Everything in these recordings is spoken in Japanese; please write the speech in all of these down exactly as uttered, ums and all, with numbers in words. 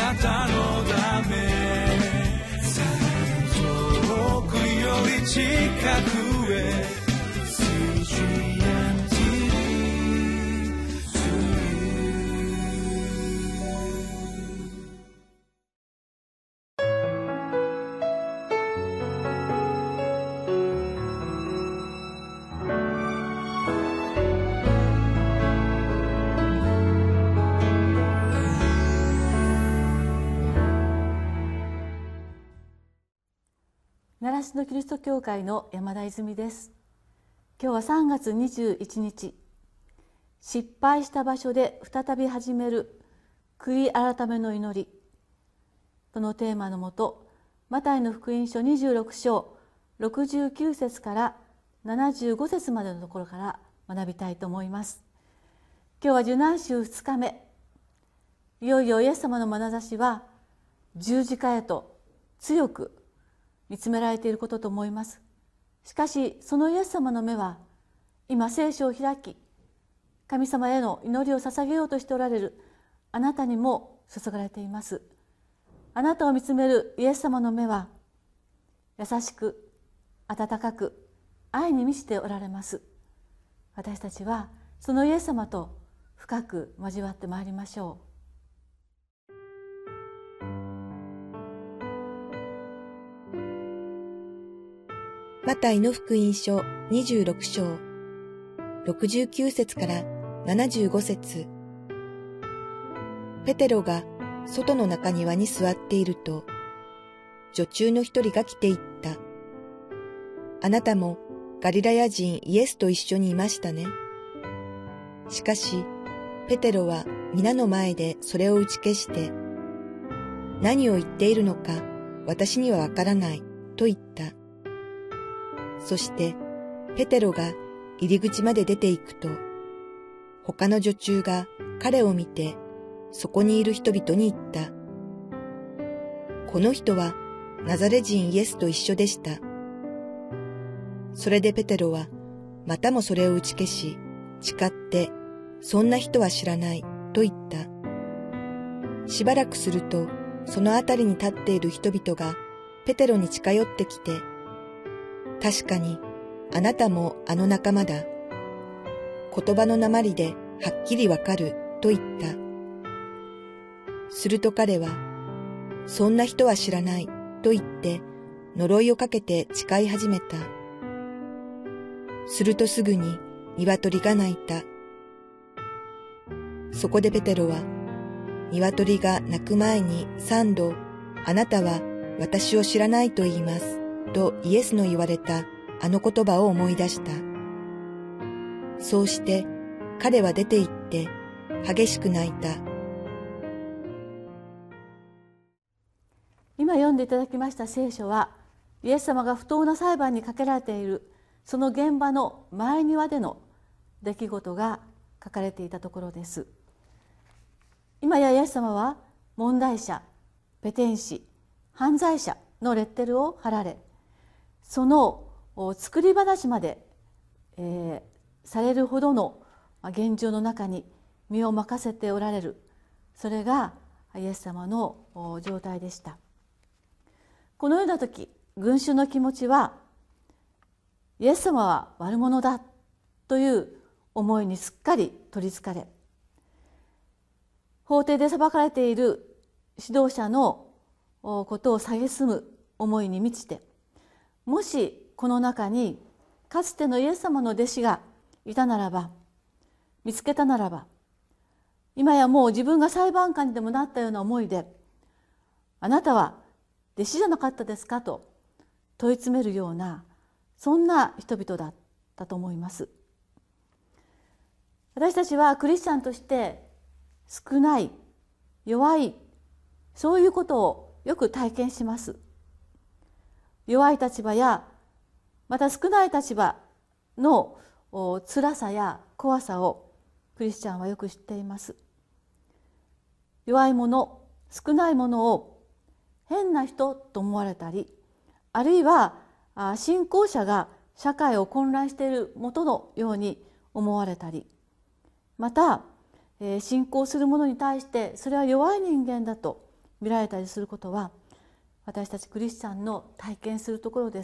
なたのため遠くより近くへ習志野キリスト教会の山田泉です。今日はさんがつにじゅういちにち、失敗した場所で再び始める悔い改めの祈りとのテーマのもと、マタイの福音書にじゅうろくしょうろくじゅうきゅうせつからななじゅうごせつまでのところから学びたいと思います。今日は受難週ふつかめ、いよいよイエス様の眼差しは十字架へと強く見つめられていることと思います。しかしそのイエス様の目は今聖書を開き、神様への祈りを捧げようとしておられるあなたにも注がれています。あなたを見つめるイエス様の目は優しく温かく愛に満ちておられます。私たちはそのイエス様と深く交わってまいりましょう。 マタイの福音書にじゅうろくしょうろくじゅうきゅうせつからななじゅうごせつ。ペテロが外の中庭に座っていると、女中の一人が来ていった。あなたもガリラヤ人イエスと一緒にいましたね。しかし、ペテロは皆の前でそれを打ち消して、何を言っているのか私にはわからないと言った。そして、ペテロが入り口まで出て行くと、他の女中が彼を見て、そこにいる人々に言った。この人はナザレ人イエスと一緒でした。それでペテロはまたもそれを打ち消し、誓って、そんな人は知らないと言った。しばらくすると、そのあたりに立っている人々がペテロに近寄ってきて、確かにあなたもあの仲間だ。言葉の訛りではっきりわかると言った。すると彼は、そんな人は知らないと言って呪いをかけて誓い始めた。するとすぐに鶏が鳴いた。そこでペテロは、鶏が鳴く前に三度、あなたは私を知らないと言います。とイエスの言われたあの言葉を思い出した。そうして彼は出て行って激しく泣いた。 今読んでいただきました聖書は、イエス様が不当な裁判にかけられているその現場の前庭での出来事が書かれていたところです。今やイエス様は問題者、ペテン師、犯罪者のレッテルを貼られ、その作り話まで、えー、されるほどの現状の中に身を任せておられる、それがイエス様の状態でした。このような時、群衆の気持ちは、イエス様は悪者だという思いにすっかり取りつかれ、法廷で裁かれている指導者のことを蔑む思いに満ちて、もしこの中にかつてのイエス様の弟子がいたならば、見つけたならば、今やもう自分が裁判官にでもなったような思いで、あなたは弟子じゃなかったですかと問い詰めるような、そんな人々だったと思います。私たちはクリスチャンとして少ない、弱い、そういうことをよく体験します。弱い立場やまた少ない立場の辛さや怖さをクリスチャンはよく知っています。弱い者、少ない者を変な人と思われたり、あるいは信仰者が社会を混乱しているもとのように思われたり、また信仰する者に対してそれは弱い人間だと見られたりすることは私たちクリスチャンの体験するところです。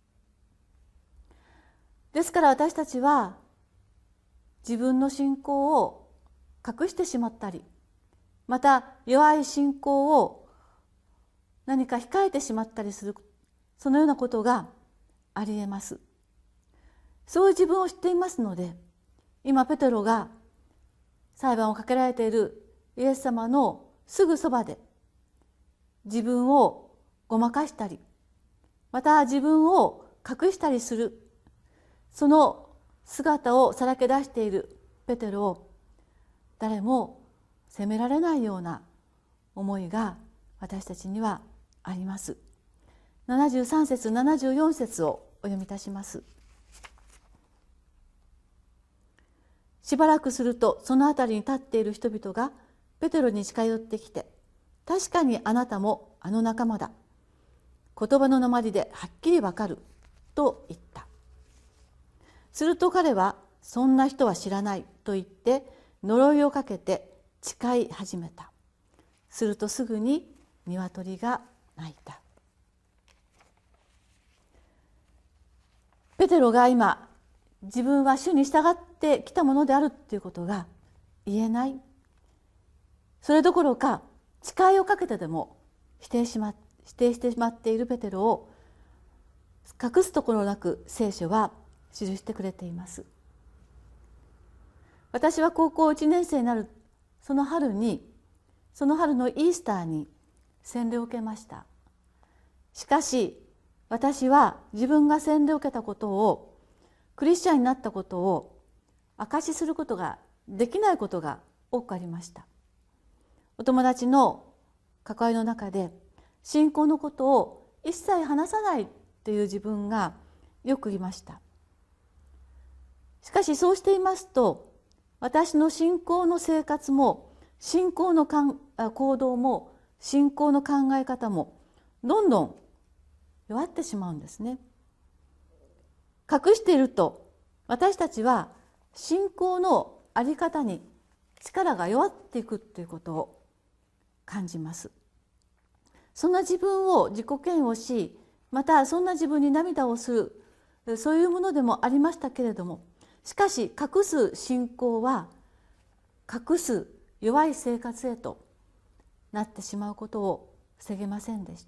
ですから私たちは自分の信仰を隠してしまったり、また弱い信仰を何か控えてしまったりする、そのようなことがありえます。そういう自分を知っていますので、今ペテロが裁判をかけられているイエス様のすぐそばで自分をごまかしたり、また自分を隠したりする、その姿をさらけ出しているペテロを誰も責められないような思いが私たちにはあります。ななじゅうさん節ななじゅうよん節をお読みいたします。しばらくするとそのあたりに立っている人々がペテロに近寄ってきて、確かにあなたもあの仲間だ、言葉の訛りではっきりわかると言った。すると彼はそんな人は知らないと言って呪いをかけて誓い始めた。するとすぐに鶏が鳴いた。ペテロが今自分は主に従ってきたものであるということが言えない、それどころか誓いをかけてでも否定しま、否定してしまっているペテロを隠すところなく聖書は記してくれています。私は高校いちねん生になるその春にその春のイースターに洗礼を受けました。しかし私は自分が洗礼を受けたことを、クリスチャンになったことを証しすることができないことが多くありました。お友達の関わりの中で信仰のことを一切話さないという自分がよくいました。しかしそうしていますと、私の信仰の生活も信仰の行動も信仰の考え方もどんどん弱ってしまうんですね。隠していると私たちは信仰の在り方に力が弱っていくということを感じます。そんな自分を自己嫌悪し、またそんな自分に涙をする、そういうものでもありましたけれども、しかし隠す信仰は隠す弱い生活へとなってしまうことを防げませんでした。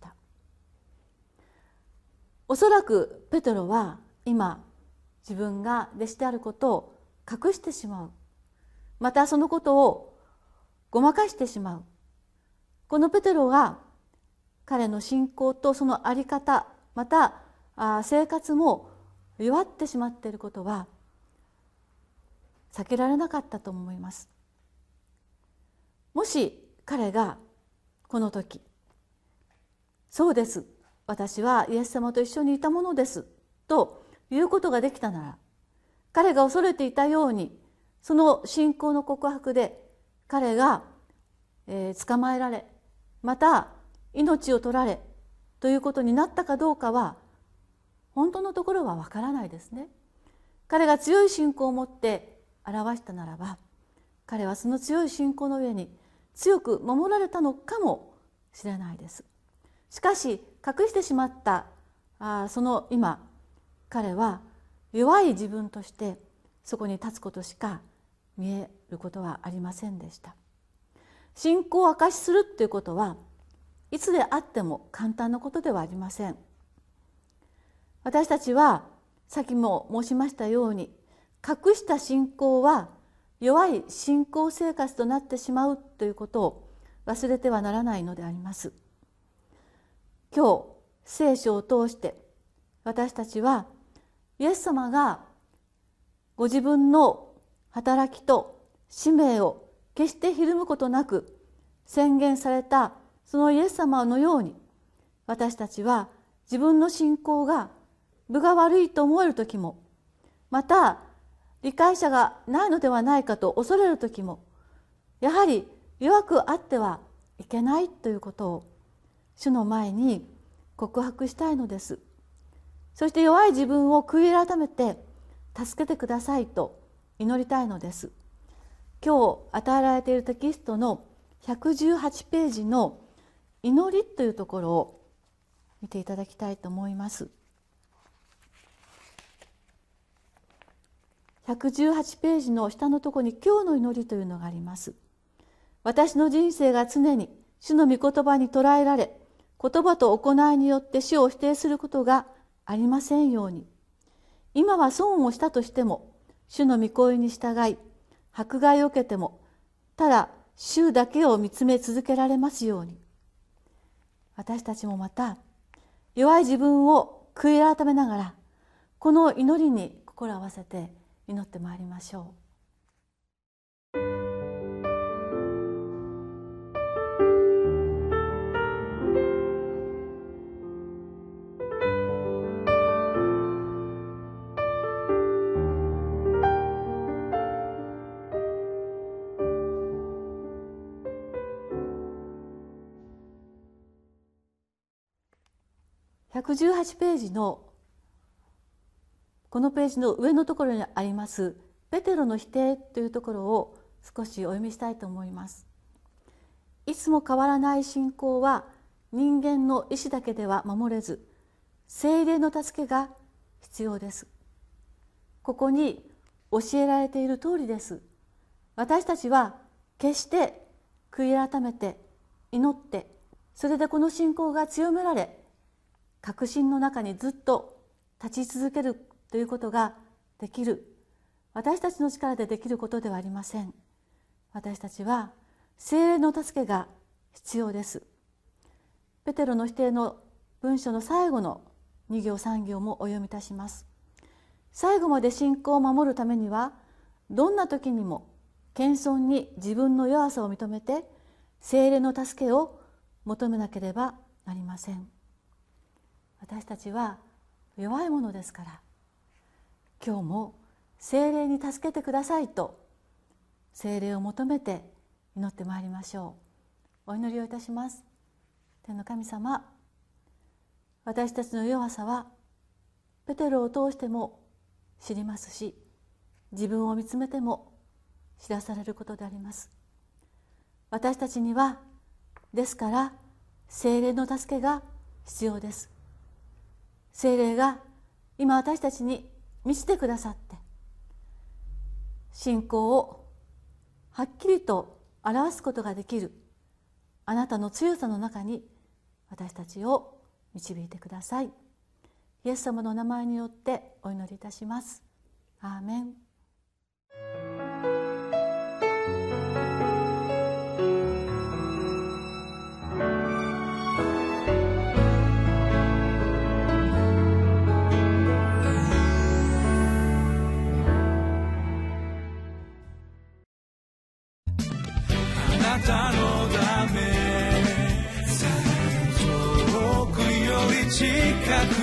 おそらくペテロは今自分が弟子であることを隠してしまう、またそのことをごまかしてしまう、このペテロが彼の信仰とその在り方、また生活も弱ってしまっていることは避けられなかったと思います。もし彼がこの時、そうです、私はイエス様と一緒にいたものですということができたなら、彼が恐れていたようにその信仰の告白で彼が、えー、捕まえられ、また命を取られということになったかどうかは本当のところはわからないですね。彼が強い信仰を持って表したならば、彼はその強い信仰の上に強く守られたのかもしれないです。しかし隠してしまったあその今、彼は弱い自分としてそこに立つことしか見えることはありませんでした。信仰を証しするということはいつであっても簡単なことではありません。私たちはさっきも申しましたように、隠した信仰は弱い信仰生活となってしまうということを忘れてはならないのであります。今日聖書を通して私たちはイエス様がご自分の働きと使命を決してひるむことなく宣言されたそのイエス様のように、私たちは自分の信仰が分が悪いと思える時も、また理解者がないのではないかと恐れる時も、やはり弱くあってはいけないということを主の前に告白したいのです。そして弱い自分を悔い改めて助けてくださいと祈りたいのです。今日与えられているテキストのひゃくじゅうはちページの祈りというところを見ていただきたいと思います。ひゃくじゅうはちページの下のところに今日の祈りというのがあります。私の人生が常に主の御言葉に捉えられ、言葉と行いによって主を否定することがありませんように。今は損をしたとしても、主の御声に従い、迫害を受けても、ただ主だけを見つめ続けられますように。私たちもまた、弱い自分を悔い改めながら、この祈りに心を合わせて祈ってまいりましょう。ひゃくじゅうはちページのこのページの上のところにありますペテロの否定というところを少しお読みしたいと思います。いつも変わらない信仰は人間の意志だけでは守れず、聖霊の助けが必要です。ここに教えられている通りです。私たちは決して悔い改めて祈って、それでこの信仰が強められ、確信の中にずっと立ち続けるということができる、私たちの力でできることではありません。私たちは聖霊の助けが必要です。ペテロの否定の文章の最後のに行さん行もお読みいたします。最後まで信仰を守るためには、どんな時にも謙遜に自分の弱さを認めて聖霊の助けを求めなければなりません。私たちは弱いものですから、今日も聖霊に助けてくださいと聖霊を求めて祈ってまいりましょう。お祈りをいたします。天の神様、私たちの弱さはペテロを通しても知りますし、自分を見つめても知らされることであります。私たちにはですから聖霊の助けが必要です。聖霊が今私たちに満ちてくださって、信仰をはっきりと表すことができるあなたの強さの中に私たちを導いてください。イエス様の名前によってお祈りいたします。アーメン。 あなたのため遠くより近く